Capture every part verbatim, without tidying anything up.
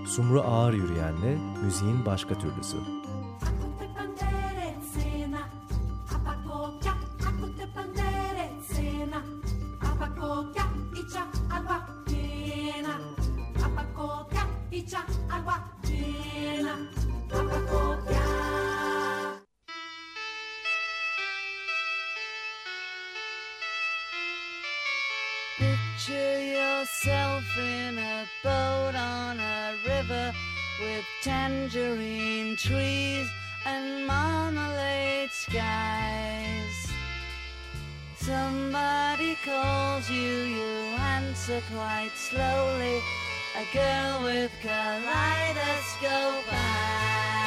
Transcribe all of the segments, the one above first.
Sumru Ağır Yürüyen'le müziğin başka türlüsü. Picture yourself in a boat on a river with tangerine trees and marmalade skies. Somebody calls you, you answer quite slowly. A girl with kaleidoscope eyes.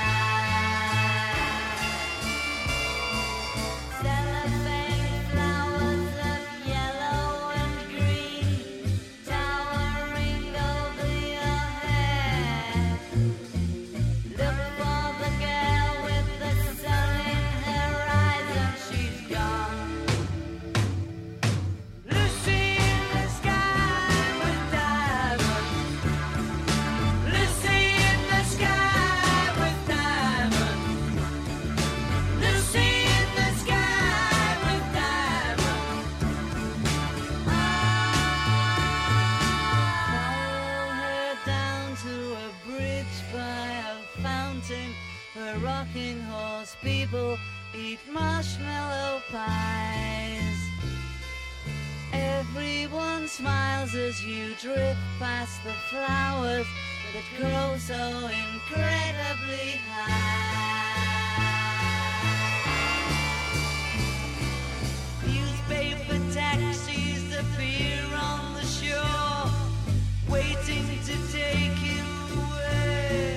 People eat marshmallow pies. Everyone smiles as you drift past the flowers that grow so incredibly high. Newspaper taxis appear on the shore, waiting to take you away.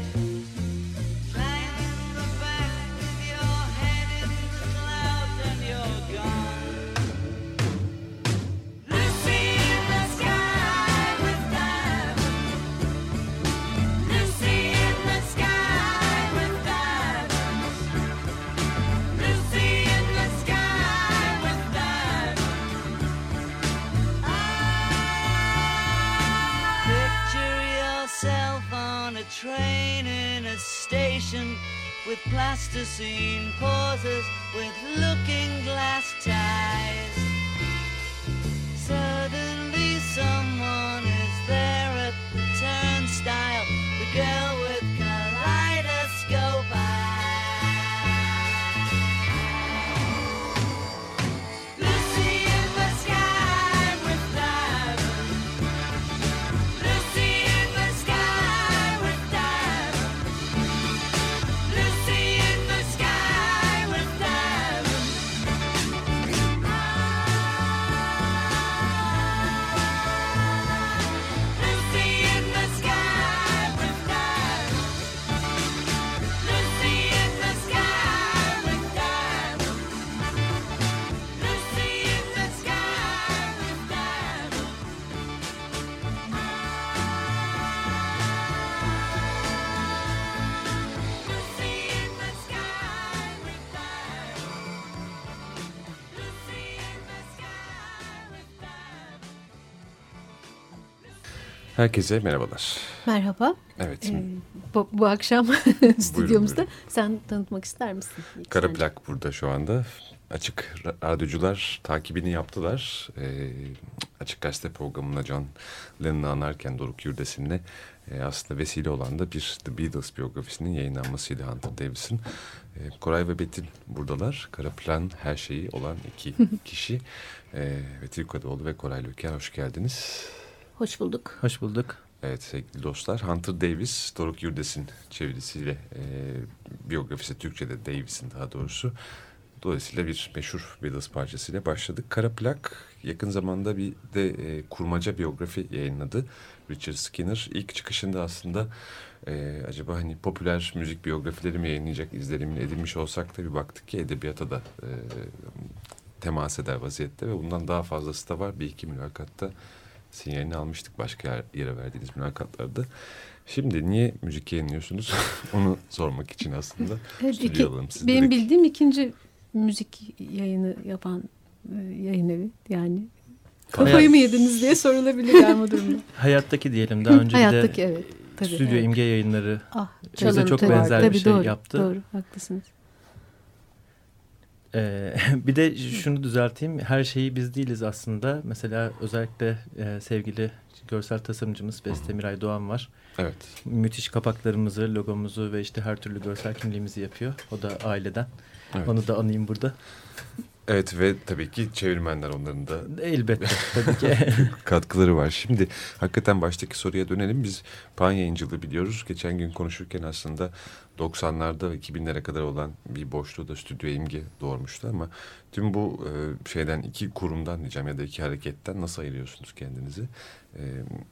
Train in a station with plasticine pauses with looking glass ties. Suddenly someone is there at the turnstile, the girl with kaleidoscope eyes. Herkese merhabalar. Merhaba. Evet. Ee, bu, bu akşam stüdyomuzda buyurun. Sen tanıtmak ister misin? Kara Plak burada şu anda. Açık radyocular takibini yaptılar. Ee, Açık Gazete programına John Lennon'ı anarken Doruk Yurdesin'le e, aslında vesile olan da bir The Beatles biyografisinin yayınlanmasıydı Hunter Davis'in. E, Koray ve Betül buradalar. Kara Plak'ın her şeyi olan iki kişi. E, Betül Kadıoğlu ve Koray Löker, hoş geldiniz. Hoş bulduk. Hoş bulduk. Evet sevgili dostlar, Hunter Davis, Doruk Yurdes'in çevirisiyle e, biyografisi Türkçe'de Davis'in daha doğrusu. Dolayısıyla bir meşhur Beatles parçasıyla başladık. Kara Plak yakın zamanda bir de e, kurmaca biyografi yayınladı. Richard Skinner ilk çıkışında aslında e, acaba hani popüler müzik biyografileri mi yayınlayacak izlerimin edilmiş olsak da bir baktık ki edebiyata da e, temas eder vaziyette ve bundan daha fazlası da var. Bir iki mülakatta sinyalini almıştık başka yere verdiğiniz mülakatlarda. Şimdi niye müzik yayınlıyorsunuz? Onu sormak için aslında evet, stüdyo iki, alalım. Siz benim dedik, bildiğim ikinci müzik yayını yapan e, yayın evi. Yani kafayı Hayat... mı yediniz diye sorulabilir yani bu durumda. Hayattaki diyelim. Daha önce Hayattaki bir de evet. tabii. Stüdyo Evet. İmge Yayınları Ah, bize Çalıntı çok var. benzer tabii, bir şey doğru, yaptı. Doğru, haklısınız. Ee, bir de şunu düzelteyim. Her şeyi biz değiliz aslında. Mesela özellikle e, sevgili görsel tasarımcımız Beste Miray Doğan var. Evet. Müthiş kapaklarımızı, logomuzu ve işte her türlü görsel kimliğimizi yapıyor. O da aileden. Evet. Onu da anayım burada. Evet ve tabii ki çevirmenler, onların da Elbette tabii ki. katkıları var. Şimdi hakikaten baştaki soruya dönelim. Biz Pan yayıncılığı biliyoruz. Geçen gün konuşurken aslında doksanlarda ve iki binlere kadar olan bir boşluğu da Stüdyo İmge doğurmuştu ama tüm bu e, şeyden, iki kurumdan diyeceğim ya da iki hareketten nasıl ayırıyorsunuz kendinizi? E,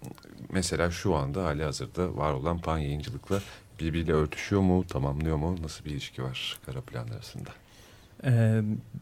mesela şu anda hali hazırda var olan Pan yayıncılıkla birbiriyle örtüşüyor mu, tamamlıyor mu? Nasıl bir ilişki var Kara Plan arasında? Ee,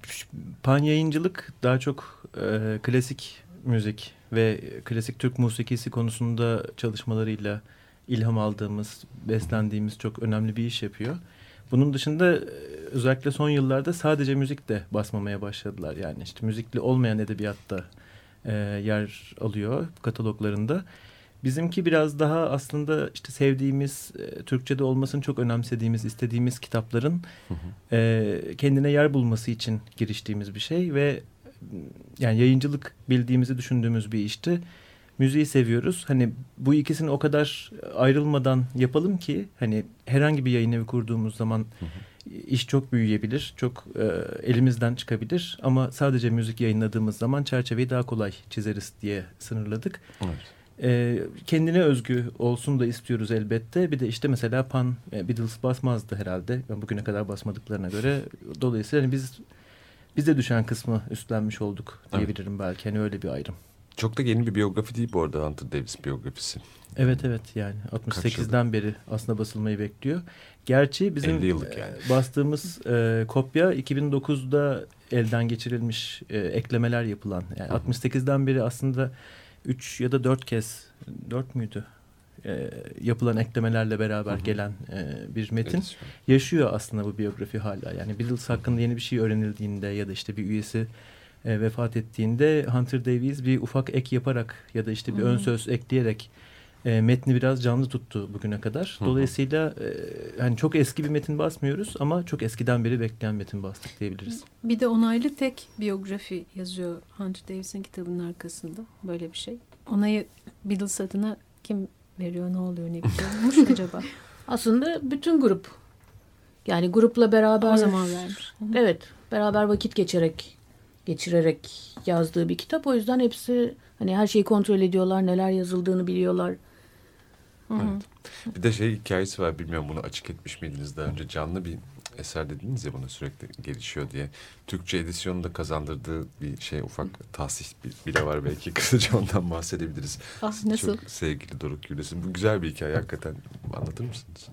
Pan yayıncılık daha çok e, klasik müzik ve klasik Türk musikisi konusunda çalışmalarıyla ilham aldığımız, beslendiğimiz çok önemli bir iş yapıyor. Bunun dışında e, özellikle son yıllarda sadece müzik de basmamaya başladılar. Yani işte müzikli olmayan edebiyatta e, yer alıyor kataloglarında. Bizimki biraz daha aslında işte sevdiğimiz, e, Türkçe'de olmasını çok önemsediğimiz, istediğimiz kitapların Hı hı. e, kendine yer bulması için giriştiğimiz bir şey ve yani yayıncılık bildiğimizi düşündüğümüz bir işti. Müziği seviyoruz. Hani bu ikisini o kadar ayrılmadan yapalım ki hani herhangi bir yayın evi kurduğumuz zaman Hı hı. iş çok büyüyebilir, çok e, elimizden çıkabilir ama sadece müzik yayınladığımız zaman çerçeveyi daha kolay çizeriz diye sınırladık. Evet. E, kendine özgü olsun da istiyoruz elbette. Bir de işte mesela Pan, e, Beatles basmazdı herhalde. Ben bugüne kadar basmadıklarına göre. Dolayısıyla hani biz bize düşen kısmı üstlenmiş olduk diyebilirim evet. Belki. Hani öyle bir ayrım. Çok da yeni bir biyografi değil bu arada, Hunter Davis biyografisi. Evet evet yani altmış sekizden beri aslında basılmayı bekliyor. Gerçi bizim elli yıllık yani. bastığımız e, kopya iki bin dokuzda elden geçirilmiş e, eklemeler yapılan. Yani altmış sekizden beri aslında üç ya da dört kez, dört müydü? E, yapılan eklemelerle beraber hı hı. gelen e, bir metin. Evet. Yaşıyor aslında bu biyografi hala. Yani Beatles hakkında yeni bir şey öğrenildiğinde ya da işte bir üyesi e, vefat ettiğinde Hunter Davies bir ufak ek yaparak ya da işte bir hı hı. ön söz ekleyerek e, metni biraz canlı tuttu bugüne kadar. Dolayısıyla e, hani çok eski bir metin basmıyoruz ama çok eskiden beri bekleyen metin bastık diyebiliriz. Bir de onaylı tek biyografi yazıyor Hunter Davies'in kitabının arkasında. Böyle bir şey. Onayı Beatles adına kim veriyor, ne oluyor, ne gidiyormuş acaba? Aslında bütün grup. Yani grupla beraber. O zaman vermiş. Evet. Beraber vakit geçirerek geçirerek yazdığı bir kitap. O yüzden hepsi hani her şeyi kontrol ediyorlar. Neler yazıldığını biliyorlar. Evet. Bir de şey hikayesi var, bilmiyorum bunu açık etmiş miydiniz daha önce, canlı bir eser dediniz ya, bunu sürekli gelişiyor diye. Türkçe edisyonu da kazandırdığı bir şey, ufak tahsis bile var belki, kısaca ondan bahsedebiliriz. Ah, nasıl? Çok sevgili Doruk Yurdesin. Bu güzel bir hikaye hakikaten, anlatır mısınız?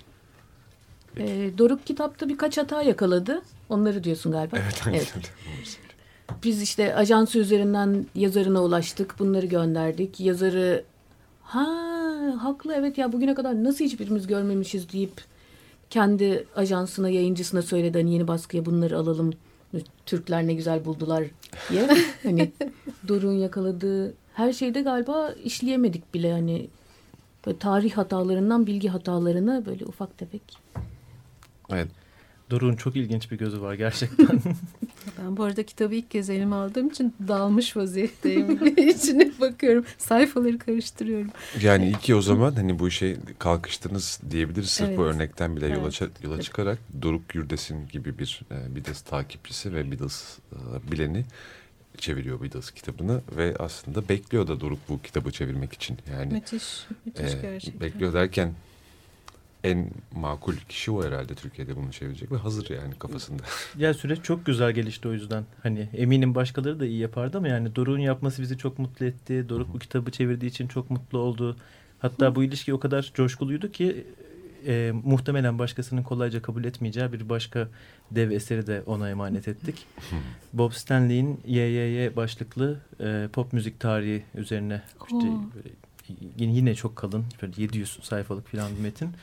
Ee, Doruk kitapta birkaç hata yakaladı. Onları diyorsun galiba. Evet. evet. Biz işte ajansı üzerinden yazarına ulaştık. Bunları gönderdik. Yazarı ha haklı evet ya bugüne kadar nasıl hiçbirimiz görmemişiz deyip kendi ajansına, yayıncısına söyledi. Hani yeni baskıya bunları alalım. Türkler ne güzel buldular diye. Hani Doruk'un yakaladığı her şeyde galiba işleyemedik bile. Hani böyle tarih hatalarından bilgi hatalarına böyle ufak tefek. Evet. Doruk'un çok ilginç bir gözü var gerçekten. Ben bu arada kitabı ilk kez elime aldığım için dalmış vaziyetteyim. İçine bakıyorum. Sayfaları karıştırıyorum. Yani iyi ki o zaman hani bu işe kalkıştınız diyebiliriz. Sırf evet. bu örnekten bile evet. yola, yola çıkarak Doruk Yurdesin gibi bir e, Beatles takipçisi ve Beatles e, bileni çeviriyor Beatles kitabını ve aslında bekliyor da Doruk bu kitabı çevirmek için. Yani müthiş, müthiş e, gerçekten. Bekliyor derken en makul kişi o herhalde Türkiye'de bunu çevirecek ve hazır yani kafasında. Ya süreç çok güzel gelişti o yüzden. Hani eminim başkaları da iyi yapardı ama yani Doruk'un yapması bizi çok mutlu etti. Doruk bu kitabı çevirdiği için çok mutlu oldu. Hatta bu ilişki o kadar coşkuluydu ki e, muhtemelen başkasının kolayca kabul etmeyeceği bir başka dev eseri de ona emanet ettik. Bob Stanley'in Y Y Y başlıklı e, pop müzik tarihi üzerine işte böyle, yine çok kalın, böyle yedi yüz sayfalık falan bir metin.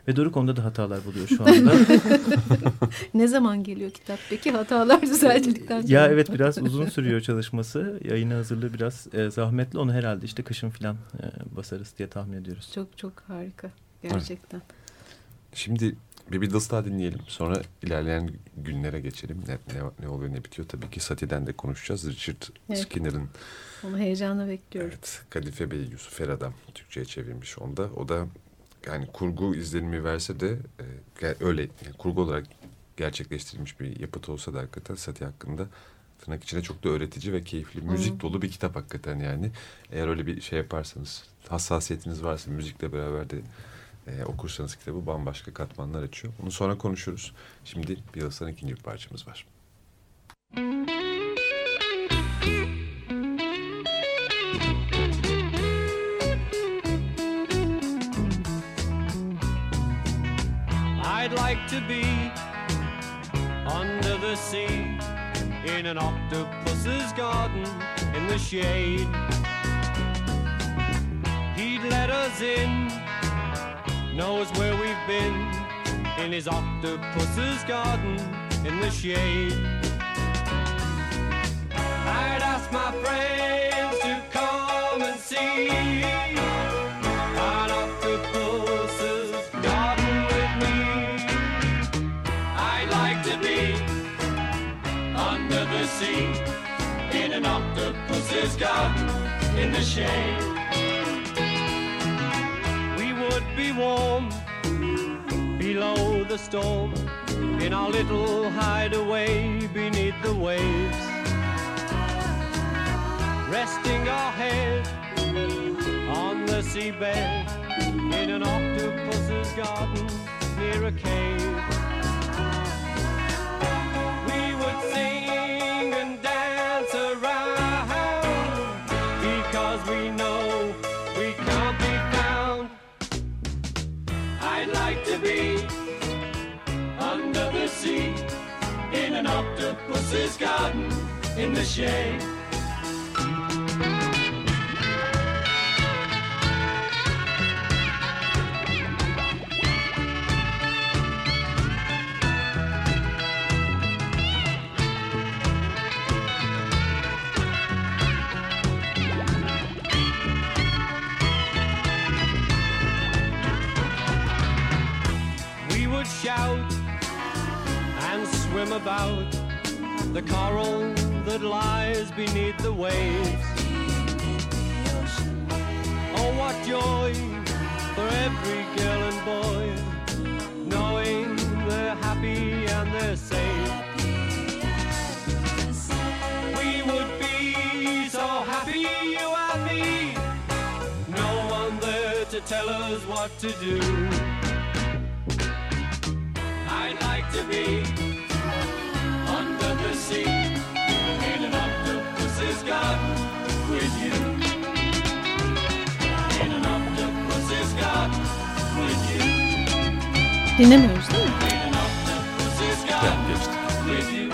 Ve Doruk onda da hatalar buluyor şu anda. Ne zaman geliyor kitap peki hatalar düzeltildikten sonra? Ya evet, biraz uzun sürüyor çalışması. Yayına hazırlığı biraz e, zahmetli. Onu herhalde işte kışın falan e, basarız diye tahmin ediyoruz. Çok çok harika gerçekten. Evet. Şimdi bir Beatles daha dinleyelim. Sonra ilerleyen günlere geçelim. Ne, ne, ne oluyor ne bitiyor. Tabii ki Satie'den de konuşacağız. Richard evet. Skinner'ın. Onu heyecanla bekliyorum. Evet. Kadife Bey, Yusuf Eradam Türkçe'ye çevirmiş onda. O da yani kurgu izlenimi verse de e, öyle yani kurgu olarak gerçekleştirilmiş bir yapıt olsa da hakikaten Satie hakkında tırnak içine çok da öğretici ve keyifli, müzik hmm. dolu bir kitap hakikaten yani. Eğer öyle bir şey yaparsanız, hassasiyetiniz varsa müzikle beraber de e, okursanız kitabı bambaşka katmanlar açıyor. Bunu sonra konuşuruz. Şimdi Beatles'tan ikinci bir parçamız var. I'd like to be under the sea in an octopus's garden in the shade. He'd let us in, knows where we've been in his octopus's garden in the shade. I'd ask my friends to come and see an octopus's garden with me. I'd like to be under the sea in an octopus's garden in the shade. We would be warm below the storm in our little hideaway beneath the waves, resting our head on the seabed in an octopus's garden near a cave. We would sing and dance around because we know we can't be found. I'd like to be under the sea in an octopus's garden in the shade. Shout and swim about the coral that lies beneath the waves. Oh, what joy for every girl and boy, knowing they're happy and they're safe. We would be so happy, you and me, no one there to tell us what to do. I'd like to be under the sea in an octopus's garden with you. In an octopus's garden with you. Dinlemiyoruz değil mi? In an octopus's garden with you.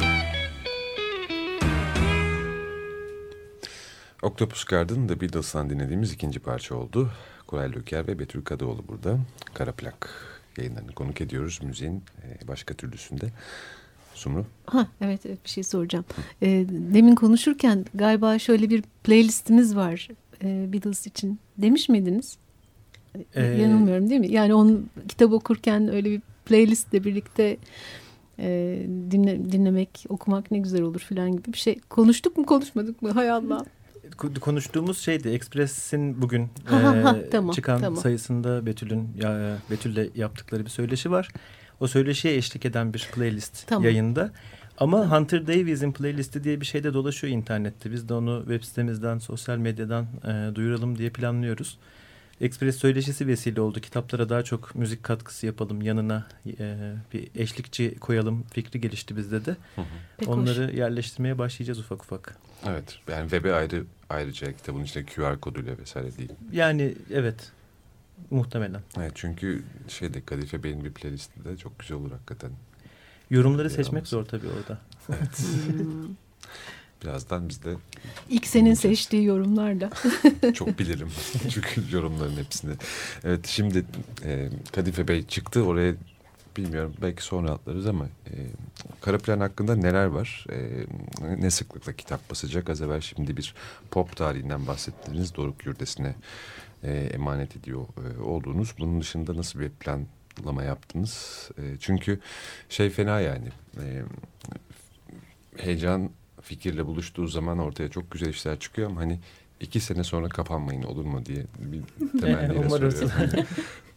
Octopus Garden The Beatles'tan dinlediğimiz ikinci parça oldu. Koray Löker ve Betül Kadıoğlu burada. Kara Plak yayınlarını konuk ediyoruz müziğin başka türlüsünde. Sumru? Ha, evet, evet bir şey soracağım. E, demin konuşurken galiba şöyle bir playlistimiz var e, Beatles için demiş miydiniz? Ee, Yanılmıyorum değil mi? Yani onun kitap okurken öyle bir playlistle birlikte e, dinle, dinlemek, okumak ne güzel olur falan gibi bir şey. Konuştuk mu konuşmadık mı? Hay Allah. Konuştuğumuz şeydi, Express'in bugün ha, ha, ha, e, tamam, çıkan tamam. sayısında Betül'ün ya, Betül'le yaptıkları bir söyleşi var. O söyleşiye eşlik eden bir playlist tamam. yayında. Ama tamam. Hunter Davies'in playlisti diye bir şey de dolaşıyor internette. Biz de onu web sitemizden, sosyal medyadan e, duyuralım diye planlıyoruz. Express söyleşisi vesile oldu. Kitaplara daha çok müzik katkısı yapalım. Yanına e, bir eşlikçi koyalım fikri gelişti bizde de. Hı hı. Onları hoş. yerleştirmeye başlayacağız ufak ufak. Evet. Yani web'e ayrı ayrıca kitabın içinde Q R koduyla vesaire değil. Yani evet. Muhtemelen. Evet, çünkü şeyde Kadife Bey'in bir playlisti de çok güzel olur hakikaten. Yorumları seçmek zor tabii orada. Evet. Birazdan biz de... İlk senin seçtiği yorumlarla. Çok bilirim çünkü yorumların hepsini. Evet, şimdi e, Kadife Bey çıktı. Oraya bilmiyorum, belki sonra atlarız ama e, Kara Plan hakkında neler var? E, ne sıklıkla kitap basacak? Az evvel şimdi bir pop tarihinden bahsettiniz. Doruk Yurdesi'ne e, emanet ediyor e, olduğunuz. Bunun dışında nasıl bir planlama yaptınız? E, çünkü şey fena yani. E, heyecan fikirle buluştuğu zaman ortaya çok güzel işler çıkıyor ama hani iki sene sonra kapanmayın olur mu diye bir temenniyle soruyorum. Hani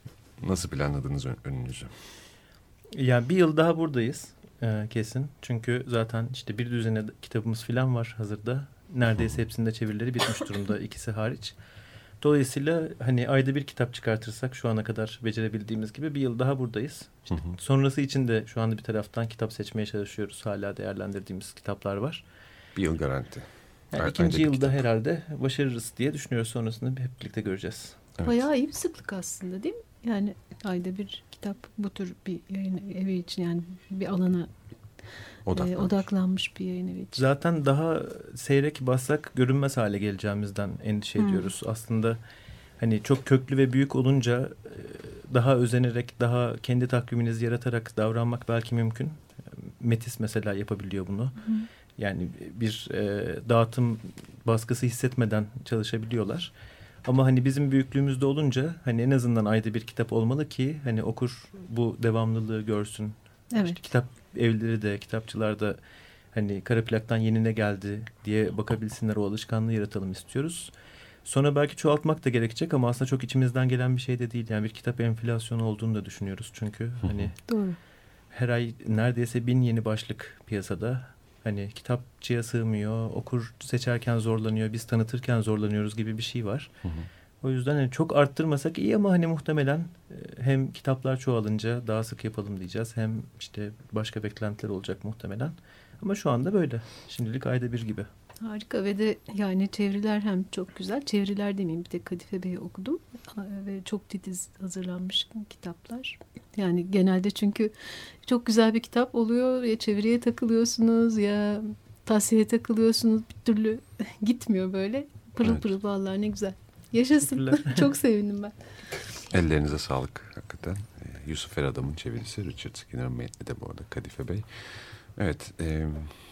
nasıl planladınız önünüzü? Yani bir yıl daha buradayız e, kesin. Çünkü zaten işte bir düzine kitabımız falan var hazırda. Neredeyse hepsinde çevirileri bitmiş durumda, ikisi hariç. Dolayısıyla hani ayda bir kitap çıkartırsak şu ana kadar becerebildiğimiz gibi bir yıl daha buradayız. İşte hı hı. Sonrası için de şu anda bir taraftan kitap seçmeye çalışıyoruz. Hala değerlendirdiğimiz kitaplar var. Bir yıl garanti. Yani Ay, ikinci yılda kitap. Herhalde başarırız diye düşünüyoruz. Sonrasında hep birlikte göreceğiz. Evet. Bayağı iyi bir sıklık aslında değil mi? Yani ayda bir kitap bu tür bir yayın evi için, yani bir alana Odaklanmış. e, odaklanmış bir yayın evi için. Zaten daha seyrek bassak görünmez hale geleceğimizden endişe hmm. ediyoruz. Aslında hani çok köklü ve büyük olunca daha özenerek, daha kendi takviminizi yaratarak davranmak belki mümkün. Metis mesela yapabiliyor bunu. Hmm. Yani bir e, dağıtım baskısı hissetmeden çalışabiliyorlar. Ama hani bizim büyüklüğümüzde olunca hani en azından ayda bir kitap olmalı ki hani okur bu devamlılığı görsün. Evet. İşte kitap evleri de, kitapçılar da hani Kara Plak'tan yeni ne geldi diye bakabilsinler, o alışkanlığı yaratalım istiyoruz. Sonra belki çoğaltmak da gerekecek ama aslında çok içimizden gelen bir şey de değil. Yani bir kitap enflasyonu olduğunu da düşünüyoruz çünkü hani doğru. Her ay neredeyse bin yeni başlık piyasada. Hani kitapçıya sığmıyor, okur seçerken zorlanıyor, biz tanıtırken zorlanıyoruz gibi bir şey var. Hı hı. O yüzden hani çok arttırmasak iyi ama hani muhtemelen hem kitaplar çoğalınca daha sık yapalım diyeceğiz. Hem işte başka beklentiler olacak muhtemelen. Ama şu anda böyle. Şimdilik ayda bir gibi. Harika ve de yani çeviriler hem çok güzel. Çeviriler demeyeyim, bir de Kadife Bey'i okudum. Ve çok titiz hazırlanmış kitaplar. Yani genelde çünkü çok güzel bir kitap oluyor. Ya çeviriye takılıyorsunuz ya tavsiyeye takılıyorsunuz. Bir türlü gitmiyor böyle. Pırıl evet. pırıl vallahi ne güzel. Yaşasın. Çok sevindim ben. Ellerinize sağlık hakikaten. Ee, Yusuf Eradam'ın çevirisi, Richard Skinner'ın metni de bu arada Kadife Bey. Evet. E,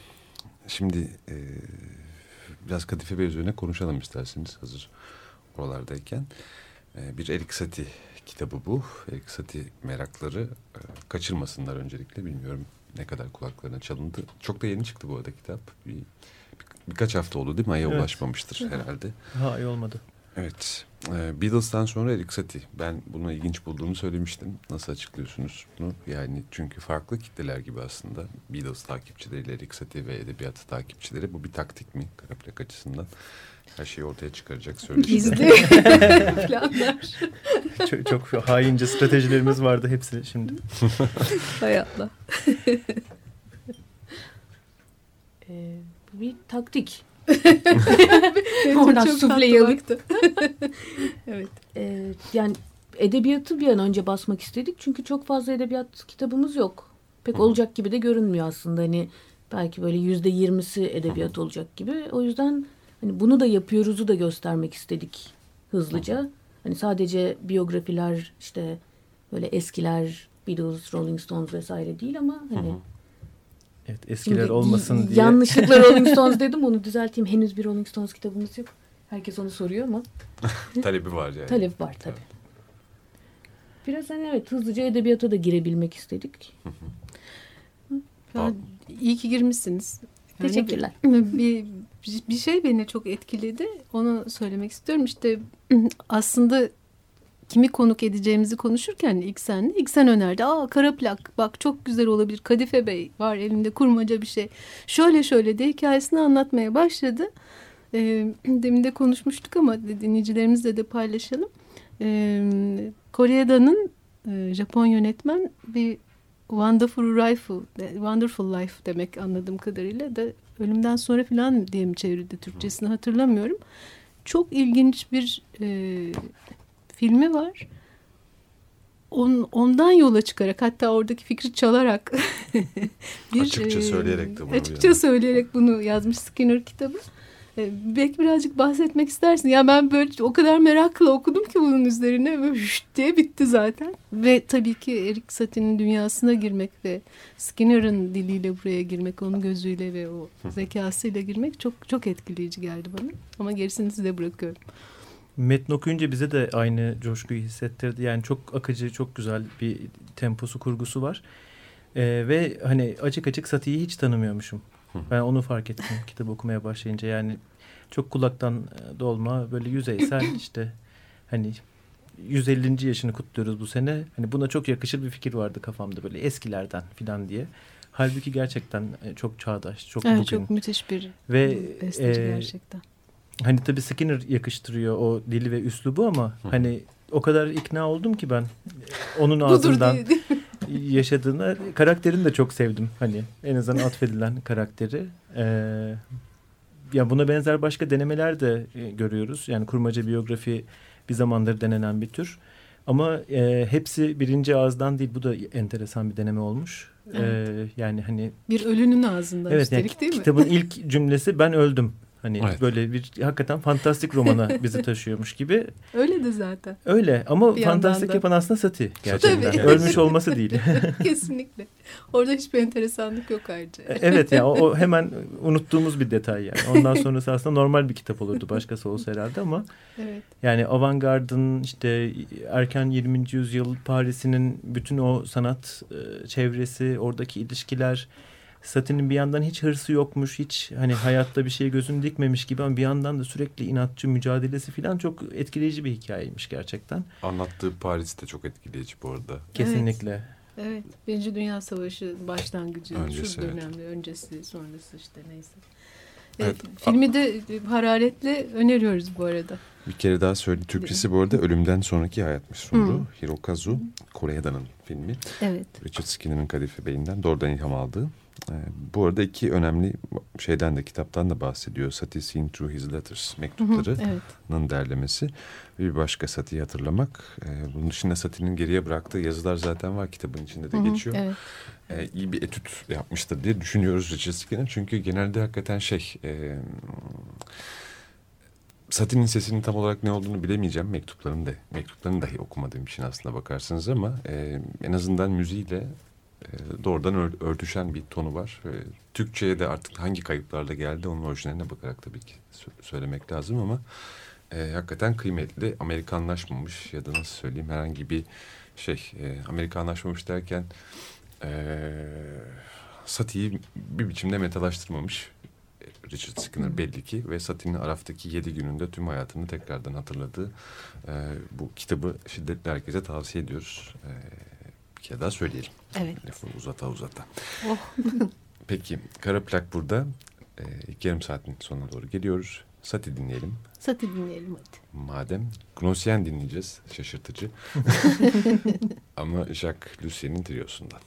şimdi e, biraz Kadife Bey üzerine konuşalım isterseniz hazır oralardayken. E, bir Erik Satie kitabı bu. Erik Satie merakları e, kaçırmasınlar öncelikle. Bilmiyorum ne kadar kulaklarına çalındı. Çok da yeni çıktı bu arada kitap. Bir, bir, birkaç hafta oldu değil mi? Ay'a evet. ulaşmamıştır evet. herhalde. Ha, ay olmadı. Evet. Ee, Beatles'tan sonra Erik Satie. Ben bunu ilginç bulduğumu söylemiştim. Nasıl açıklıyorsunuz bunu? Yani çünkü farklı kitleler gibi aslında. Beatles takipçileriyle Erik Satie ve edebiyatı takipçileri. Bu bir taktik mi? Kara Plak açısından. Her şeyi ortaya çıkaracak söyleşiler. Gizli planlar. çok, çok haince stratejilerimiz vardı hepsi şimdi. Hay Allah. ee, bu bir taktik. Oradan sufleyi alıp evet. Ee, yani edebiyatı bir an önce basmak istedik çünkü çok fazla edebiyat kitabımız yok. Pek olacak gibi de görünmüyor aslında. Hani belki böyle yüzde yirmisi edebiyat olacak gibi. O yüzden hani bunu da yapıyoruzu da göstermek istedik hızlıca. Hani sadece biyografiler, işte böyle eskiler, Beatles, Rolling Stones vesaire değil ama hani evet, eskiler şimdi, olmasın diye. Yanlışlıkla Rolling Stones dedim, onu düzelteyim. Henüz bir Rolling Stones kitabımız yok. Herkes onu soruyor ama. Talebi var yani. Talep var tabii. Biraz hani evet hızlıca edebiyata da girebilmek istedik. Ya, iyi ki girmişsiniz. Yani teşekkürler. Bir, bir, bir şey beni çok etkiledi. Onu söylemek istiyorum. İşte aslında kimi konuk edeceğimizi konuşurken ilk senle, ilk sen önerdi. Aa, Kara Plak, bak çok güzel olabilir. Kadife Bey var elinde, kurmaca bir şey. Şöyle şöyle de hikayesini anlatmaya başladı. E, demin de konuşmuştuk ama dinleyicilerimizle de paylaşalım. E, Koreeda'nın e, Japon yönetmen bir Wonderful Life, Wonderful Life demek anladığım kadarıyla da ölümden sonra falan diye mi çevrildi Türkçesini hatırlamıyorum. Çok ilginç bir e, filmi var. on, ondan yola çıkarak, hatta oradaki fikri çalarak bir, açıkça söyleyerek de bunu açıkça yani. söyleyerek bunu yazmış Skinner kitabı. E, belki birazcık bahsetmek istersin. Ya ben böyle o kadar merakla okudum ki bunun üzerine, böyle hüşt diye bitti zaten. Ve tabii ki Erik Satie'nin dünyasına girmek ve Skinner'ın diliyle buraya girmek, onun gözüyle ve o zekasıyla girmek çok çok etkileyici geldi bana. Ama gerisini size bırakıyorum. Metni okuyunca bize de aynı coşkuyu hissettirdi. Yani çok akıcı, çok güzel bir temposu, kurgusu var. Ee, ve hani açık açık Satie'yi hiç tanımıyormuşum. Ben onu fark ettim kitabı okumaya başlayınca. Yani çok kulaktan dolma, böyle yüzeysel işte hani yüz ellinci yaşını kutluyoruz bu sene. Hani buna çok yakışır bir fikir vardı kafamda, böyle eskilerden falan diye. Halbuki gerçekten çok çağdaş, çok evet, bugün. Çok müthiş bir ve besteci e, gerçekten. Hani tabii Skinner yakıştırıyor o dili ve üslubu ama Hı. hani o kadar ikna oldum ki ben onun ağzından yaşadığına. Karakterini de çok sevdim. Hani en azından atfedilen karakteri. Ee, ya buna benzer başka denemeler de e, görüyoruz. Yani kurmaca biyografi bir zamandır denenen bir tür. Ama e, hepsi birinci ağızdan değil. Bu da enteresan bir deneme olmuş. Evet. Ee, yani hani bir ölünün ağzından evet, üstelik yani değil mi? Kitabın ilk cümlesi ben öldüm. Hani evet. böyle bir hakikaten fantastik romana bizi taşıyormuş gibi. Öyle de zaten. Öyle ama bir fantastik yapan aslında Satie gerçekten. Tabii. Ölmüş olması değil. Kesinlikle. Orada hiçbir enteresanlık yok ayrıca. Evet ya, o, o hemen unuttuğumuz bir detay yani. Ondan sonrası aslında normal bir kitap olurdu başkası olsa herhalde ama evet. Yani avantgardın işte erken yirminci yüzyıl Paris'inin bütün o sanat e, çevresi, oradaki ilişkiler, Satie'nin bir yandan hiç hırsı yokmuş, hiç hani hayatta bir şeye gözünü dikmemiş gibi ama bir yandan da sürekli inatçı mücadelesi falan çok etkileyici bir hikayeymiş gerçekten. Anlattığı Paris de çok etkileyici bu arada. Kesinlikle. Evet. Evet. Birinci Dünya Savaşı başlangıcı, öncesi, şu dönemde, evet. Öncesi, sonrası işte neyse. Evet, evet. Filmi de hararetle öneriyoruz bu arada. Bir kere daha söyleyeyim. Türkçesi bu arada Ölümden Sonraki Hayatmış Sumru. Hmm. Hirokazu Koreeda'nın filmi. Evet. Richard Skinner'ın Kadife Bey'inden doğrudan ilham aldığı. Ee, bu arada iki önemli şeyden de, kitaptan da bahsediyor. Satie Seen Through His Letters, mektuplarının evet. derlemesi. Bir başka Satie'yi hatırlamak. Ee, bunun dışında Satie'nin geriye bıraktığı yazılar zaten var. Kitabın içinde de hı hı, geçiyor. Evet. Ee, iyi bir etüt yapmıştır diye düşünüyoruz Richard Skinner. Çünkü genelde hakikaten şey... E, Satie'nin sesinin tam olarak ne olduğunu bilemeyeceğim. Mektuplarını da, mektuplarını dahi okumadığım için aslında bakarsınız ama e, en azından müziğiyle e, doğrudan ör, örtüşen bir tonu var. E, Türkçe'ye de artık hangi kayıplarla geldi onun orijinaline bakarak tabii ki sö- söylemek lazım ama e, hakikaten kıymetli, Amerikanlaşmamış ya da nasıl söyleyeyim herhangi bir şey e, Amerikanlaşmamış derken e, Satie'yi bir biçimde metalaştırmamış Richard Skinner belli ki ve Satie'nin Araf'taki yedi gününde tüm hayatını tekrardan hatırladığı e, bu kitabı şiddetle herkese tavsiye ediyoruz. E, bir kere daha söyleyelim. Evet. Lafı uzata uzata. Oh. Peki, Kara Plak burada. E, ilk yarım saatin sonuna doğru geliyoruz. Satie dinleyelim. Satie dinleyelim hadi. Madem Gnossienne dinleyeceğiz. Şaşırtıcı. Ama Jacques Lussien'in triosundan.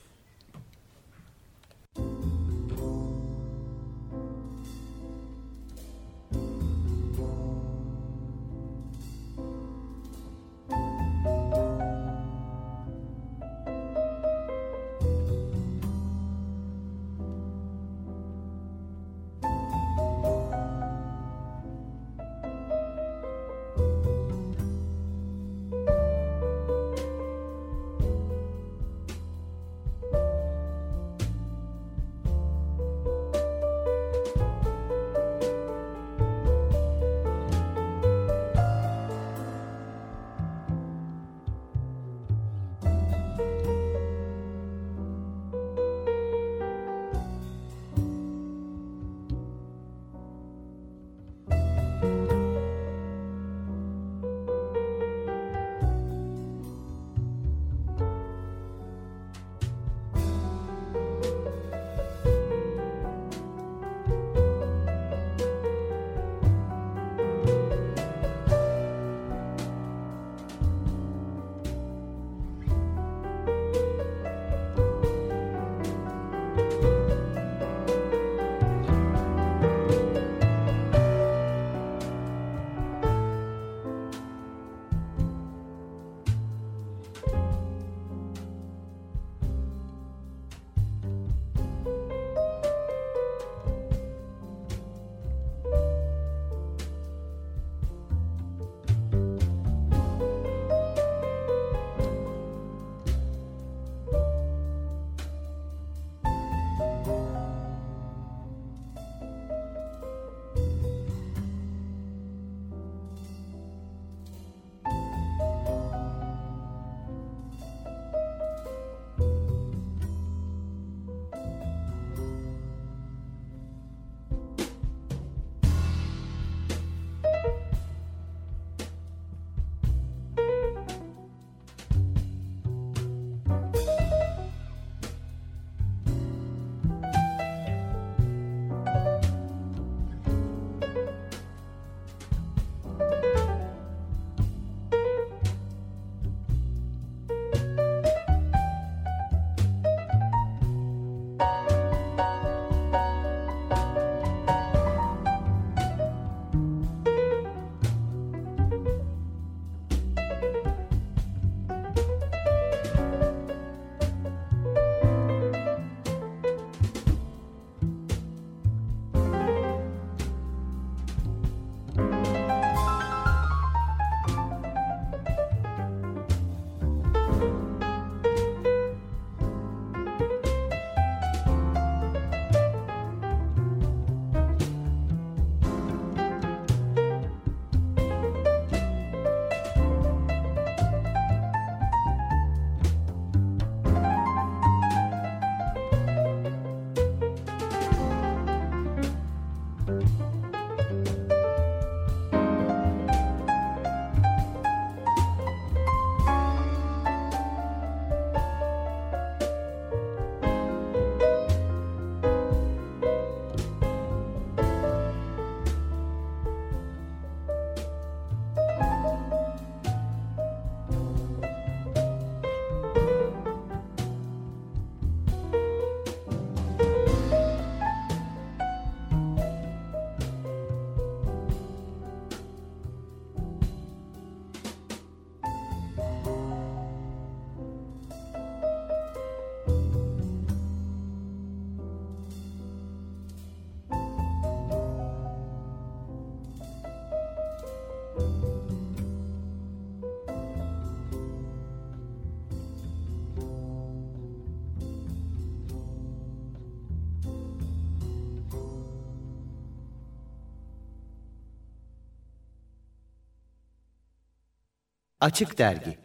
Açık Dergi.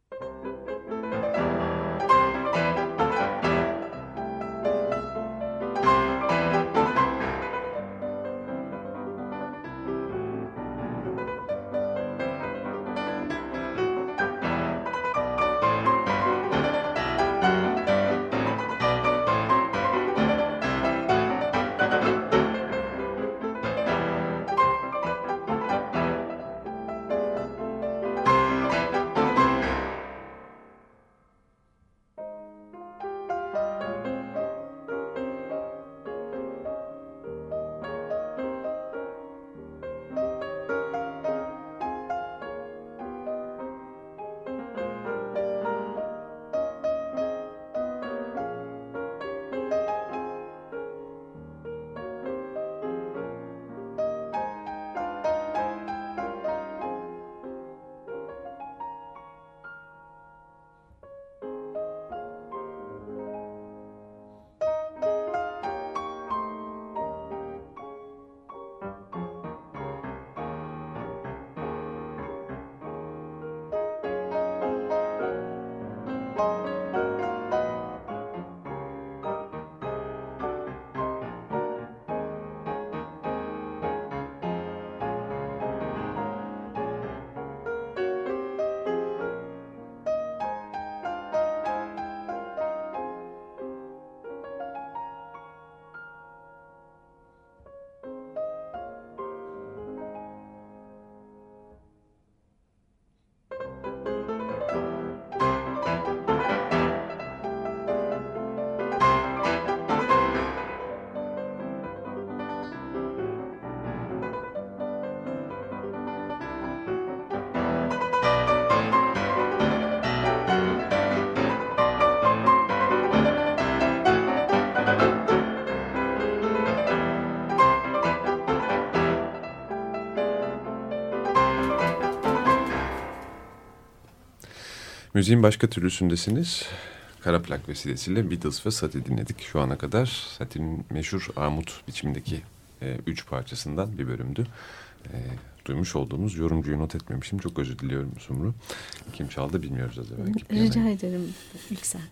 Müziğin başka türlüsündesiniz. Kara plak vesilesiyle Beatles ve Satie dinledik şu ana kadar. Satie'nin meşhur armut biçimindeki e, üç parçasından bir bölümdü. E, duymuş olduğumuz yorumcuyu not etmemişim. Çok özür diliyorum Sumru. Kim çaldı bilmiyoruz az evvel. Rica yani. ederim ilk sen.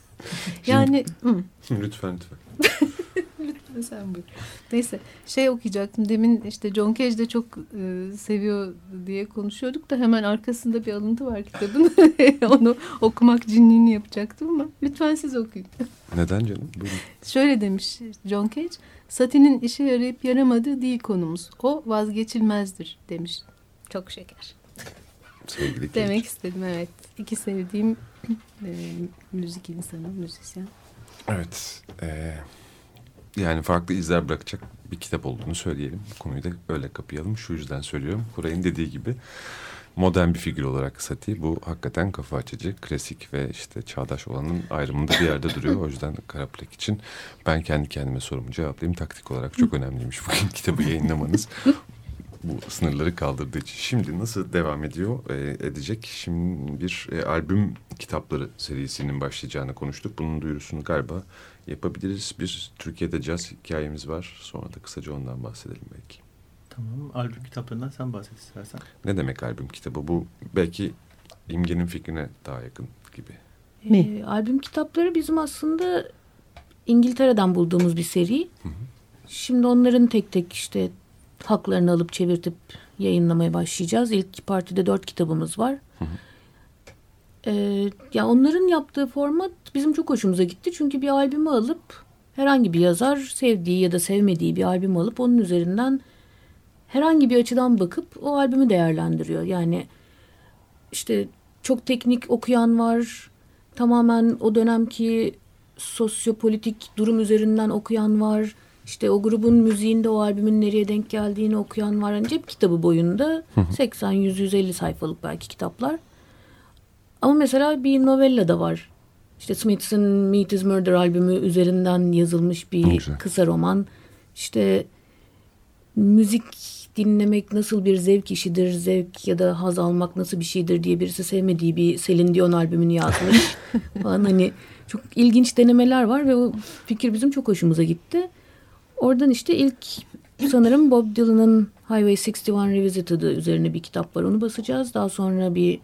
Yani Şimdi, lütfen lütfen. Lütfen sen buyur. Neyse şey okuyacaktım. Demin işte John Cage de çok e, seviyor diye konuşuyorduk da hemen arkasında bir alıntı var kitabın. Onu okumak cinliğini yapacaktım ama lütfen siz okuyun. Neden canım? Buyurun. Şöyle demiş John Cage. Satie'nin işe yarayıp yaramadığı değil konumuz. O vazgeçilmezdir demiş. Çok şeker. Sevgili Demek Cage. istedim evet. İki sevdiğim e, müzik insanı, müzisyen. Evet. E, yani farklı izler bırakacak bir kitap olduğunu söyleyelim. Konuyu da öyle kapayalım. Şu yüzden söylüyorum. Kuray'ın dediği gibi modern bir figür olarak Satie bu hakikaten kafa açıcı, klasik ve işte çağdaş olanın ayrımında bir yerde duruyor. O yüzden Kara plak için ben kendi kendime sorumu cevaplayayım. Taktik olarak çok önemliymiş bugün kitabı yayınlamanız. Bu sınırları kaldırdığı için. Şimdi nasıl devam ediyor e, edecek? Şimdi bir e, albüm kitapları serisinin başlayacağını konuştuk. Bunun duyurusunu galiba yapabiliriz. Bir Türkiye'de caz hikayemiz var. Sonra da kısaca ondan bahsedelim belki. Tamam. Albüm kitaplarından sen bahset istersen. Ne demek albüm kitabı? Bu belki İmge'nin fikrine daha yakın gibi. Mi? E, albüm kitapları bizim aslında İngiltere'den bulduğumuz bir seri. Hı hı. Şimdi onların tek tek işte haklarını alıp çevirtip yayınlamaya başlayacağız. İlk partide dört kitabımız var. Hı hı. Ee, ya onların yaptığı format bizim çok hoşumuza gitti. Çünkü bir albümü alıp herhangi bir yazar sevdiği ya da sevmediği bir albümü alıp onun üzerinden herhangi bir açıdan bakıp o albümü değerlendiriyor. Yani işte çok teknik okuyan var. Tamamen o dönemki sosyopolitik durum üzerinden okuyan var. İşte o grubun müziğinde o albümün nereye denk geldiğini okuyan var. Yani cep kitabı boyunda seksen yüz yüz elli sayfalık belki kitaplar. Ama mesela bir novella da var. İşte Smiths'in Meat is Murder albümü üzerinden yazılmış bir Güzel. kısa roman. İşte müzik dinlemek nasıl bir zevk işidir, zevk ya da haz almak nasıl bir şeydir diye birisi sevmediği bir Celine Dion albümünü yazmış. falan hani çok ilginç denemeler var ve o fikir bizim çok hoşumuza gitti. Oradan işte ilk sanırım Bob Dylan'ın Highway altmış bir Revisited'ı üzerine bir kitap var. Onu basacağız. Daha sonra bir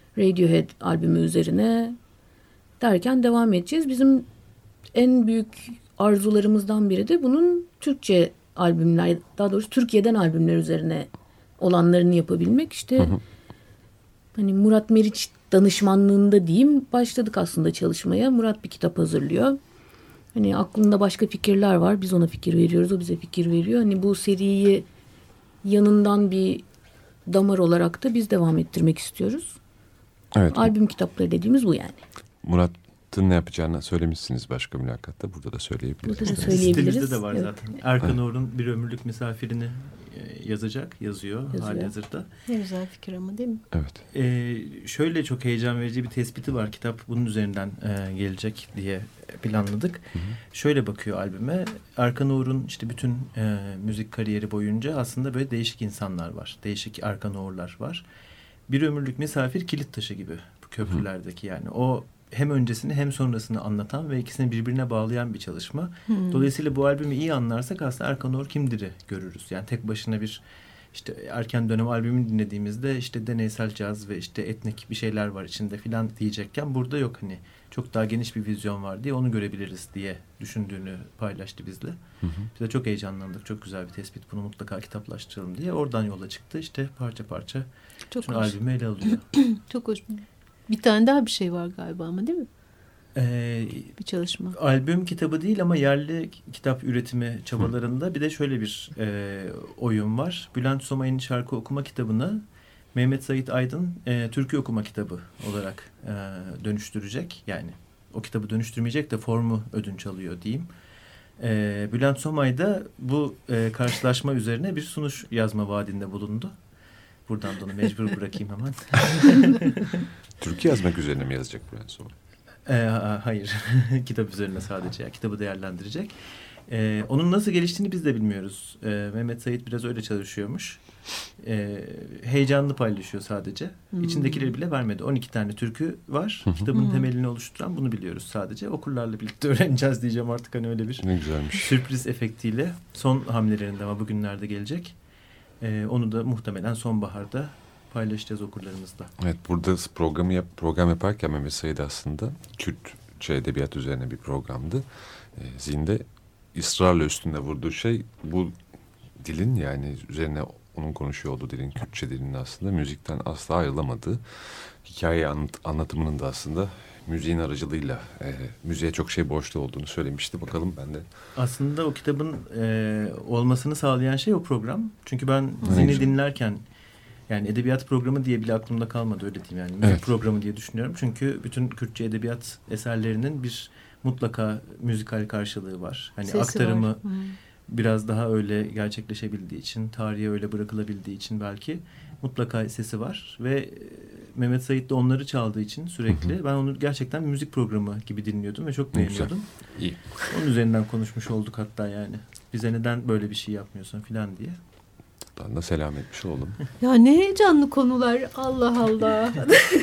Radiohead albümü üzerine derken devam edeceğiz. Bizim en büyük arzularımızdan biri de bunun Türkçe albümler, daha doğrusu Türkiye'den albümler üzerine olanlarını yapabilmek. İşte hı hı. hani Murat Meriç danışmanlığında diyeyim başladık aslında çalışmaya. Murat bir kitap hazırlıyor. Hani aklında başka fikirler var. Biz ona fikir veriyoruz. O bize fikir veriyor. Hani bu seriyi yanından bir damar olarak da biz devam ettirmek istiyoruz. Evet. Albüm kitapları dediğimiz bu yani. Murat'ın ne yapacağını söylemişsiniz başka mülakatta. Burada da söyleyebiliriz. Burada da söyleyebiliriz. Sitemizde de var evet. zaten. Erkan Oğur'un Bir Ömürlük Misafirini yazacak, yazıyor, yazıyor. halihazırda. Ne güzel fikir ama değil mi? Evet. Ee, şöyle çok heyecan verici bir tespiti var. Kitap bunun üzerinden e, gelecek diye planladık. Hı hı. Şöyle bakıyor albüme. Erkan Oğur'un işte bütün e, müzik kariyeri boyunca aslında böyle değişik insanlar var. Değişik Erkan Oğur'lar var. Bir Ömürlük Misafir kilit taşı gibi bu köprülerdeki yani. O hem öncesini hem sonrasını anlatan ve ikisini birbirine bağlayan bir çalışma. Hmm. Dolayısıyla bu albümü iyi anlarsak aslında Erkan Oğur kimdir'i görürüz. Yani tek başına bir işte erken dönem albümünü dinlediğimizde işte deneysel caz ve işte etnik bir şeyler var içinde filan diyecekken burada yok hani çok daha geniş bir vizyon var diye onu görebiliriz diye düşündüğünü paylaştı bizle. Hı hı. Biz de çok heyecanlandık. Çok güzel bir tespit. Bunu mutlaka kitaplaştıralım diye. Oradan yola çıktı. İşte parça parça çok hoş. Albümü ele alıyor. Çok hoş. Bir tane daha bir şey var galiba ama değil mi? Ee, bir çalışma. Albüm kitabı değil ama yerli kitap üretimi çabalarında Hı. bir de şöyle bir e, oyun var. Bülent Somay'ın şarkı okuma kitabını Mehmet Sait Aydın e, türkü okuma kitabı olarak e, dönüştürecek. Yani o kitabı dönüştürmeyecek de formu ödünç alıyor diyeyim. E, Bülent Somay da bu e, karşılaşma üzerine bir sunuş yazma vaadinde bulundu. Buradan da onu mecbur bırakayım hemen. Türkü yazmak üzerine mi yazacak Bülent Somay? Ee, hayır. Kitap üzerine sadece. Yani kitabı değerlendirecek. Ee, onun nasıl geliştiğini biz de bilmiyoruz. Ee, Mehmet Sait biraz öyle çalışıyormuş. Ee, heyecanlı paylaşıyor sadece. Hmm. İçindekileri bile vermedi. on iki tane türkü var. Kitabın hmm. temelini oluşturan bunu biliyoruz sadece. Okurlarla birlikte öğreneceğiz diyeceğim artık hani öyle bir ne güzelmiş. Sürpriz efektiyle. Son hamlelerinde ama bugünlerde gelecek. Ee, onu da muhtemelen sonbaharda paylaşacağız okurlarımızla. Evet, burada programı yap, program yaparken Mehmet Sait aslında Kürtçe edebiyat üzerine bir programdı. E, zihinde ısrarla üstünde vurduğu şey bu dilin yani üzerine onun konuşuyor olduğu dilin Kürtçe dilinin aslında müzikten asla ayrılamadığı hikaye anlat, anlatımının da aslında müziğin aracılığıyla e, müziğe çok şey borçlu olduğunu söylemişti. Bakalım ben de. Aslında o kitabın e, olmasını sağlayan şey o program. Çünkü ben Zihni dinlerken yani edebiyat programı diye bile aklımda kalmadı öyle diyeyim yani. Müzik evet. programı diye düşünüyorum. Çünkü bütün Kürtçe edebiyat eserlerinin bir mutlaka müzikal karşılığı var. Hani Sesi aktarımı var. biraz daha öyle gerçekleşebildiği için, tarihe öyle bırakılabildiği için belki mutlaka sesi var. Ve Mehmet Sait de onları çaldığı için sürekli hı hı. ben onu gerçekten bir müzik programı gibi dinliyordum ve çok beğeniyordum. İyi. Onun üzerinden konuşmuş olduk hatta yani. Bize neden böyle bir şey yapmıyorsun falan diye. Buradan da selam etmiş olalım. Ya ne heyecanlı konular. Allah Allah.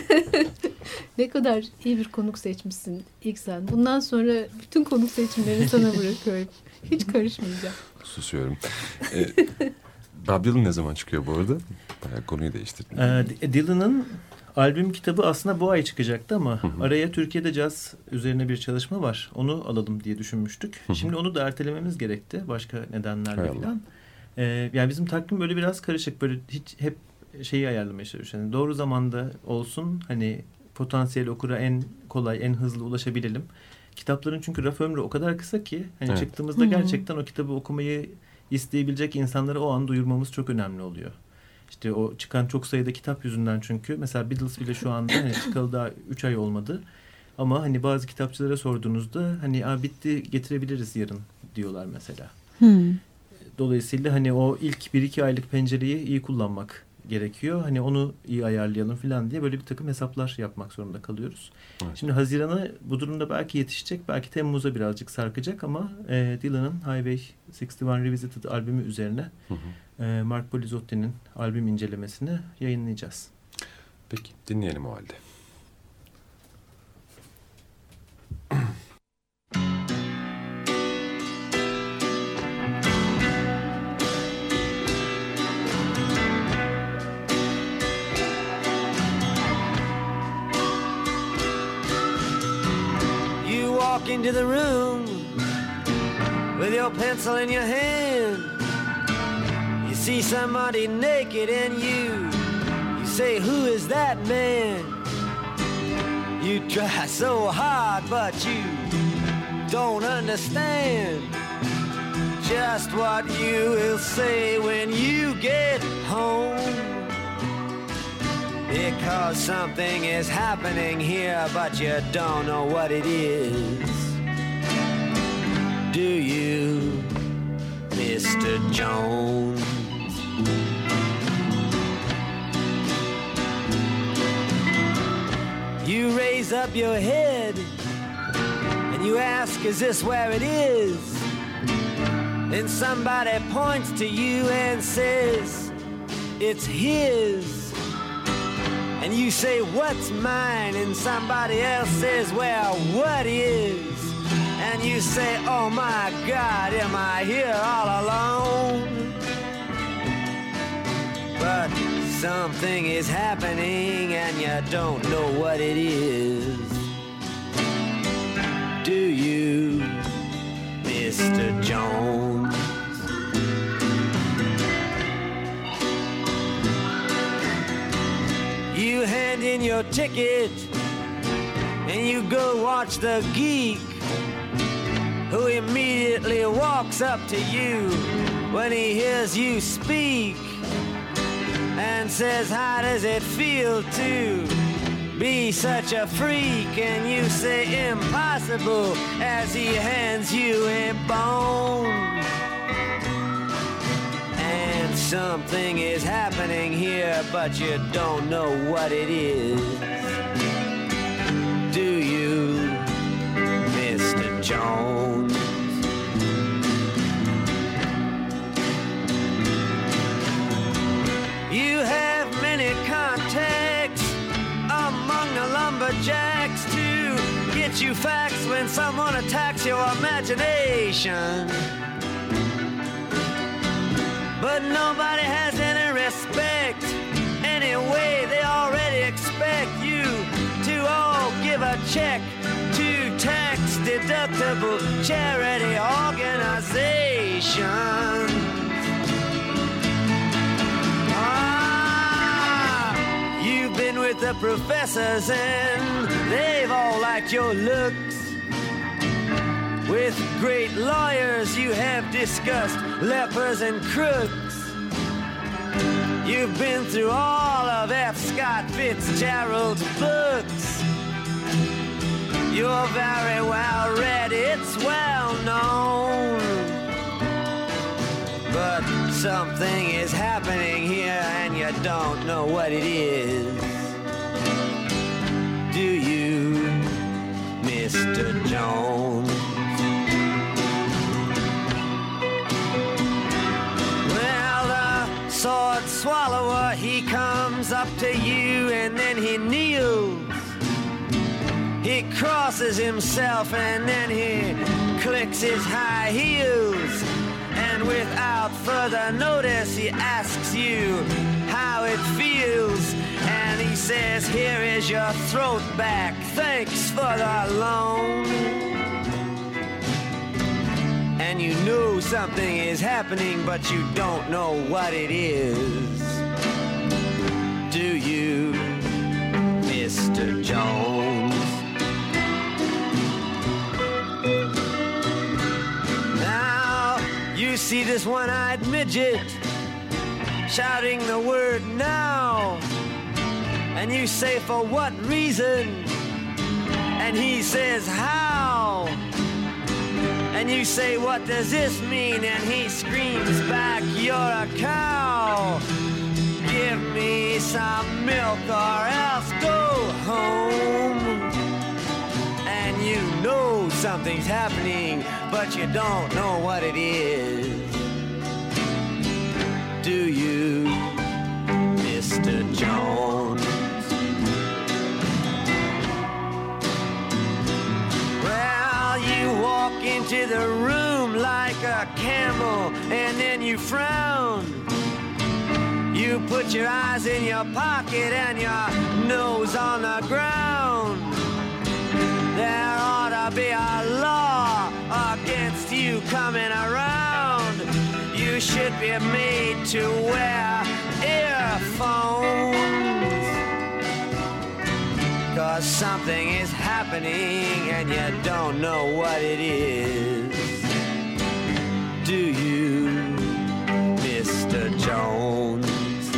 Ne kadar iyi bir konuk seçmişsin ilk sen. Bundan sonra bütün konuk seçimlerini sana bırakıyorum. Hiç karışmayacağım. Susuyorum. Ee, Bob Dylan ne zaman çıkıyor bu arada? Bayağı konuyu değiştirdim. Ee, Dylan'ın albüm kitabı aslında bu ay çıkacaktı ama hı hı. araya Türkiye'de caz üzerine bir çalışma var. Onu alalım diye düşünmüştük. Hı hı. Şimdi onu da ertelememiz gerekti. Başka nedenlerle falan. Ee, yani bizim takvim böyle biraz karışık. Böyle hiç hep şeyi ayarlamaya çalışıyoruz. Yani doğru zamanda olsun. Hani potansiyel okura en kolay, en hızlı ulaşabilelim. Kitapların çünkü raf ömrü o kadar kısa ki hani evet. çıktığımızda Hı-hı. gerçekten o kitabı okumayı isteyebilecek insanlara o an duyurmamız çok önemli oluyor. İşte o çıkan çok sayıda kitap yüzünden çünkü mesela Beatles bile şu anda hani çıkalı daha üç ay olmadı. Ama hani bazı kitapçılara sorduğunuzda hani bitti getirebiliriz yarın diyorlar mesela. Hı. Dolayısıyla hani o ilk bir iki aylık pencereyi iyi kullanmak gerekiyor. Hani onu iyi ayarlayalım falan diye böyle bir takım hesaplar yapmak zorunda kalıyoruz. Evet. Şimdi Haziran'a bu durumda belki yetişecek. Belki Temmuz'a birazcık sarkacak ama e, Dylan'ın Highway altmış bir Revisited albümü üzerine hı hı. E, Mark Polizotti'nin albüm incelemesini yayınlayacağız. Peki dinleyelim o halde. into the room with your pencil in your hand. You see somebody naked and you, you say, who is that man? You try so hard but you don't understand just what you will say when you get home. Because something is happening here, but you don't know what it is. Do you, Mister Jones? You raise up your head and you ask, is this where it is? Then somebody points to you and says, it's his. And you say, what's mine? And somebody else says, well, what is? And you say, oh my God, am I here all alone? But something is happening and you don't know what it is. Do you, Mister Jones? You hand in your ticket and you go watch the geek, who immediately walks up to you when he hears you speak and says, how does it feel to be such a freak? And you say, impossible, as he hands you a bone. Something is happening here, but you don't know what it is. Do you, Mister Jones? You have many contacts among the lumberjacks to get you facts when someone attacks your imagination. But nobody has any respect. Anyway, they already expect you to all give a check to tax-deductible charity organizations. Ah, you've been with the professors and they've all liked your looks. With great lawyers you have discussed lepers and crooks. You've been through all of F. Scott Fitzgerald's books. You're very well read, it's well known. But something is happening here and you don't know what it is. Do you, Mister Jones? Sword swallower, he comes up to you and then he kneels. He crosses himself and then he clicks his high heels. And without further notice, he asks you how it feels. And he says, here is your throat back, thanks for the loan. And you know something is happening, but you don't know what it is. Do you, Mister Jones? Now, you see this one-eyed midget shouting the word now. And you say, for what reason? And he says, how? And you say, what does this mean? And he screams back, you're a cow. Give me some milk or else go home. And you know something's happening, but you don't know what it is. Do you, Mister Jones? Well, you walk into the room like a camel and then you frown. You put your eyes in your pocket and your nose on the ground. There ought to uh, be a law against you coming around. You should be made to wear earphones, 'cause something is happening and you don't know what it is. Do you, Mister Jones?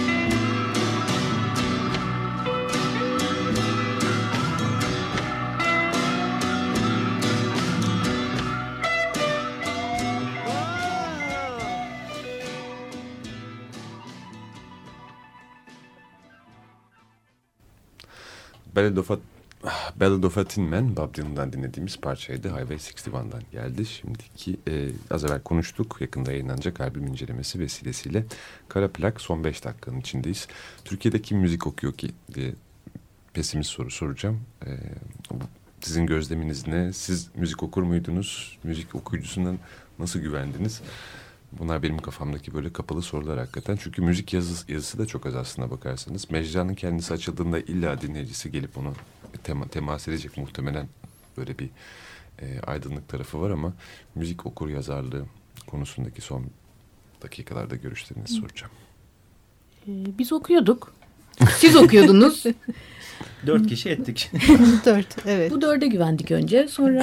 Ballad of a, Ballad of a Tin Man, Bob Dylan'dan dinlediğimiz parçaydı. Highway altmış birden geldi. Şimdiki e, az evvel konuştuk. Yakında yayınlanacak albüm incelemesi vesilesiyle Kara Plak son beş dakikanın içindeyiz. Türkiye'de kim müzik okuyor ki diye pesimist soru soracağım. E, sizin gözleminiz ne? Siz müzik okur muydunuz? Müzik okuyucusundan nasıl güvendiniz? Bunlar benim kafamdaki böyle kapalı sorular hakikaten. Çünkü müzik yazısı, yazısı da çok az aslına bakarsanız. Mecranın kendisi açıldığında illa dinleyicisi gelip onu tema, temas edecek muhtemelen, böyle bir e, aydınlık tarafı var ama müzik okur yazarlığı konusundaki son dakikalarda görüşlerinizi soracağım. Ee, biz okuyorduk. Siz okuyordunuz. Dört kişi ettik. Dört, evet. Bu dörde güvendik önce. Sonra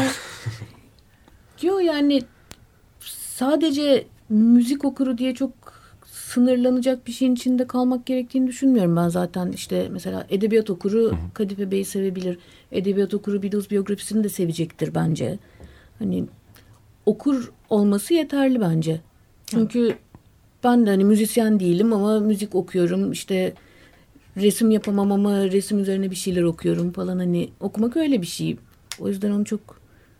yo yani sadece müzik okuru diye çok sınırlanacak bir şeyin içinde kalmak gerektiğini düşünmüyorum ben zaten. İşte mesela edebiyat okuru Kadife Bey'i sevebilir. Edebiyat okuru Beatles biyografisini de sevecektir bence. Hani okur olması yeterli bence. Çünkü ben de hani müzisyen değilim ama müzik okuyorum. İşte resim yapamam ama resim üzerine bir şeyler okuyorum falan. Hani okumak öyle bir şey. O yüzden onu çok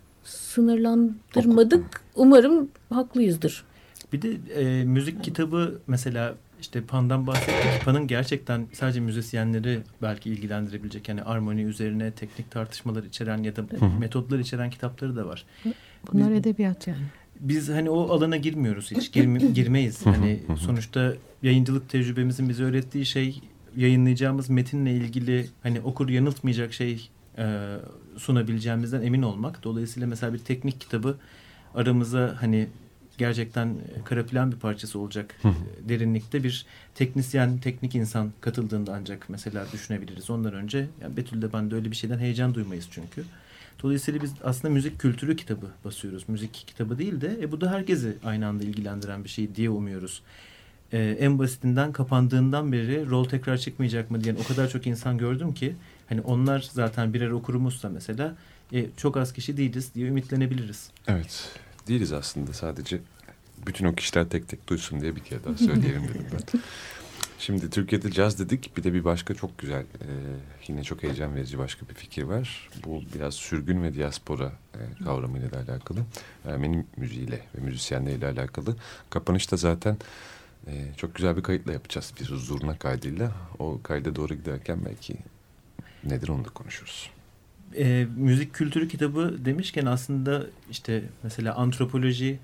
sınırlandırmadık. Umarım haklıyızdır. Bir de e, müzik kitabı mesela işte Pan'dan bahsettik. Pan'ın gerçekten sadece müzisyenleri belki ilgilendirebilecek, yani armoni üzerine teknik tartışmalar içeren ya da metotlar içeren kitapları da var. Bunlar Biz, edebiyat yani. Biz hani o alana girmiyoruz hiç. Girme, girmeyiz. Hani sonuçta yayıncılık tecrübemizin bize öğrettiği şey, yayınlayacağımız metinle ilgili hani okur yanıltmayacak şey e, sunabileceğimizden emin olmak. Dolayısıyla mesela bir teknik kitabı aramıza hani gerçekten kara plan bir parçası olacak derinlikte bir teknisyen, teknik insan katıldığında ancak mesela düşünebiliriz. Ondan önce yani Betül'de ben de öyle bir şeyden heyecan duymayız çünkü. Dolayısıyla biz aslında müzik kültürü kitabı basıyoruz. Müzik kitabı değil de e, bu da herkesi aynı anda ilgilendiren bir şey diye umuyoruz. E, en basitinden kapandığından beri rol tekrar çıkmayacak mı diyen o kadar çok insan gördüm ki hani onlar zaten birer okurumuzsa mesela e, çok az kişi değiliz diye ümitlenebiliriz. Evet. Değiliz aslında, sadece bütün o kişiler tek tek duysun diye bir kere daha söyleyelim dedim ben. Şimdi Türkiye'de caz dedik, bir de bir başka çok güzel, e, yine çok heyecan verici başka bir fikir var. Bu biraz sürgün ve diaspora e, kavramıyla da alakalı. Ermeni müziğiyle ve müzisyenleriyle alakalı. Kapanışta zaten e, çok güzel bir kayıtla yapacağız, bir zurna kaydıyla. O kayda doğru giderken belki nedir onu da konuşuruz. E, müzik kültürü kitabı demişken aslında işte mesela antropoloji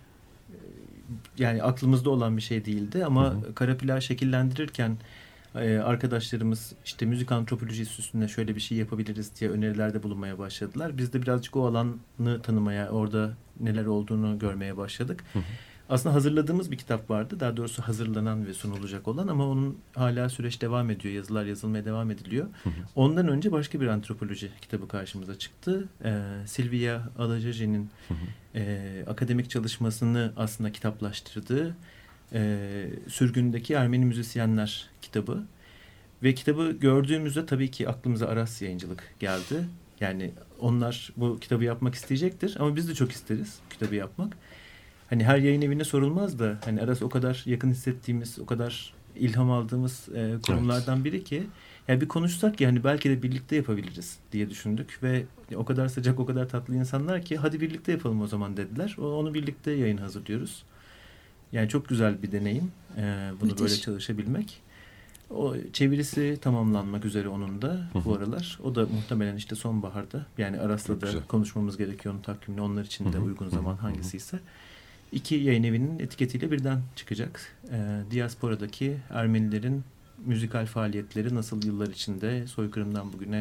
yani aklımızda olan bir şey değildi ama hı hı. Kara Plak'ı şekillendirirken e, arkadaşlarımız işte müzik antropolojisi üstünde şöyle bir şey yapabiliriz diye önerilerde bulunmaya başladılar. Biz de birazcık o alanı tanımaya, orada neler olduğunu görmeye başladık. Hı hı. Aslında hazırladığımız bir kitap vardı. Daha doğrusu hazırlanan ve sunulacak olan ama onun hala süreç devam ediyor. Yazılar yazılmaya devam ediliyor. Hı hı. Ondan önce başka bir antropoloji kitabı karşımıza çıktı. Ee, Silvia Alajaji'nin e, akademik çalışmasını aslında kitaplaştırdığı e, Sürgündeki Ermeni Müzisyenler kitabı. Ve kitabı gördüğümüzde tabii ki aklımıza Aras Yayıncılık geldi. Yani onlar bu kitabı yapmak isteyecektir ama biz de çok isteriz kitabı yapmak. Hani her yayın evine sorulmaz da hani Aras o kadar yakın hissettiğimiz, o kadar ilham aldığımız e, kurumlardan biri ki yani bir konuşsak ya hani belki de birlikte yapabiliriz diye düşündük ve o kadar sıcak, o kadar tatlı insanlar ki hadi birlikte yapalım o zaman dediler. Onu birlikte yayın hazırlıyoruz. Yani çok güzel bir deneyim e, bunu Müthiş. Böyle çalışabilmek. O çevirisi tamamlanmak üzere onun da bu aralar. O da muhtemelen işte sonbaharda. Yani Aras'la da konuşmamız gerekiyor onun takvimini. Onlar için de uygun zaman hangisiyse. İki yayın evinin etiketiyle birden çıkacak. Ee, Diaspora'daki Ermenilerin müzikal faaliyetleri nasıl yıllar içinde soykırımdan bugüne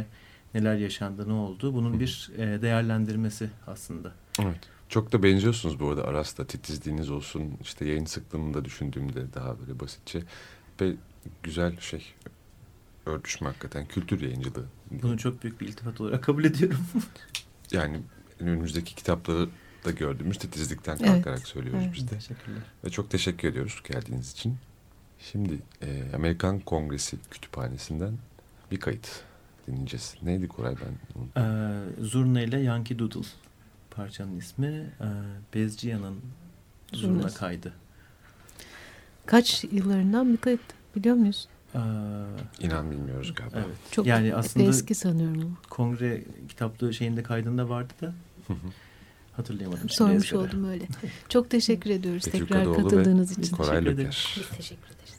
neler yaşandı, ne oldu? Bunun bir e, değerlendirmesi aslında. Evet. Çok da benziyorsunuz bu arada Aras'ta. Titizliğiniz olsun, işte yayın sıklığını da düşündüğümde daha böyle basitçe ve güzel şey örtüşme hakikaten kültür yayıncılığı. Bunu çok büyük bir iltifat olarak kabul ediyorum. Yani önümüzdeki kitapları da gördüğümüz titizlikten kalkarak evet, söylüyoruz evet. biz de. Teşekkürler. Ve çok teşekkür ediyoruz geldiğiniz için. Şimdi e, Amerikan Kongresi Kütüphanesi'nden bir kayıt dinleyeceğiz. Neydi Koray, ben? Ee, Zurna ile Yankee Doodle parçanın ismi. Ee, Bezciyan'ın Zurna kaydı. Kaç yıllarından bir kayıt biliyor muyuz? Ee, İnan bilmiyoruz galiba. Evet. Çok yani aslında eski sanıyorum ama. Kongre kitaplığı şeyinde kaydında vardı da hatırlayamadım. Sormuş oldum öyle. Çok teşekkür ediyoruz Betül tekrar Kadıoğlu katıldığınız için. Koray Löker. Biz teşekkür ederiz.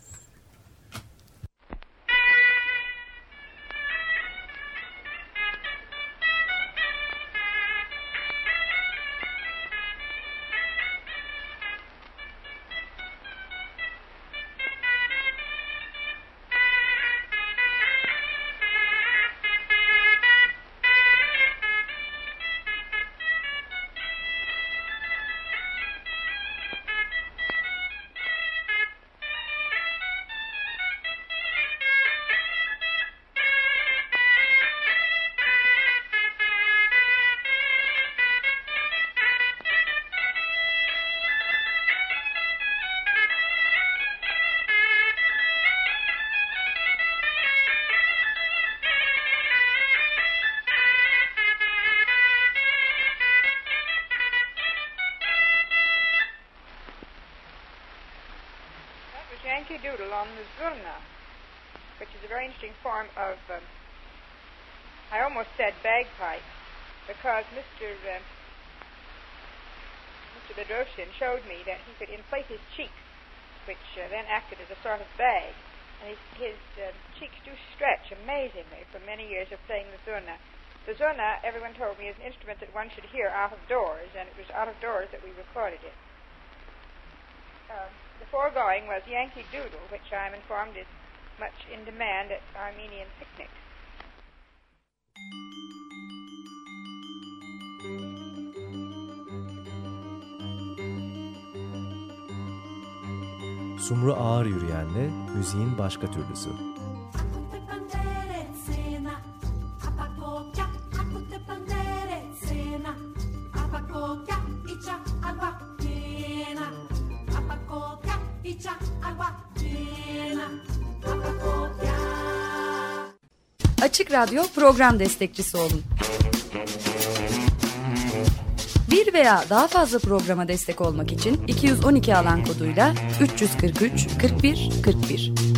Yankee Doodle on the Zurna, which is a very interesting form of, um, I almost said bagpipe, because Mister Uh, Mister Bedrosian showed me that he could inflate his cheeks, which uh, then acted as a sort of bag, and his, his uh, cheeks do stretch amazingly from many years of playing the Zurna. The Zurna, everyone told me, is an instrument that one should hear out of doors, and it was out of doors that we recorded it. Uh, The foregoing was Yankee Doodle, which I'm informed is much in demand at Armenian picnics. Sumru Ağır Yürüyen'le müziğin başka türlüsü. Açık Radyo program destekçisi olun. Bir veya daha fazla programa destek olmak için iki yüz on iki alan koduyla üç yüz kırk üç kırk bir kırk bir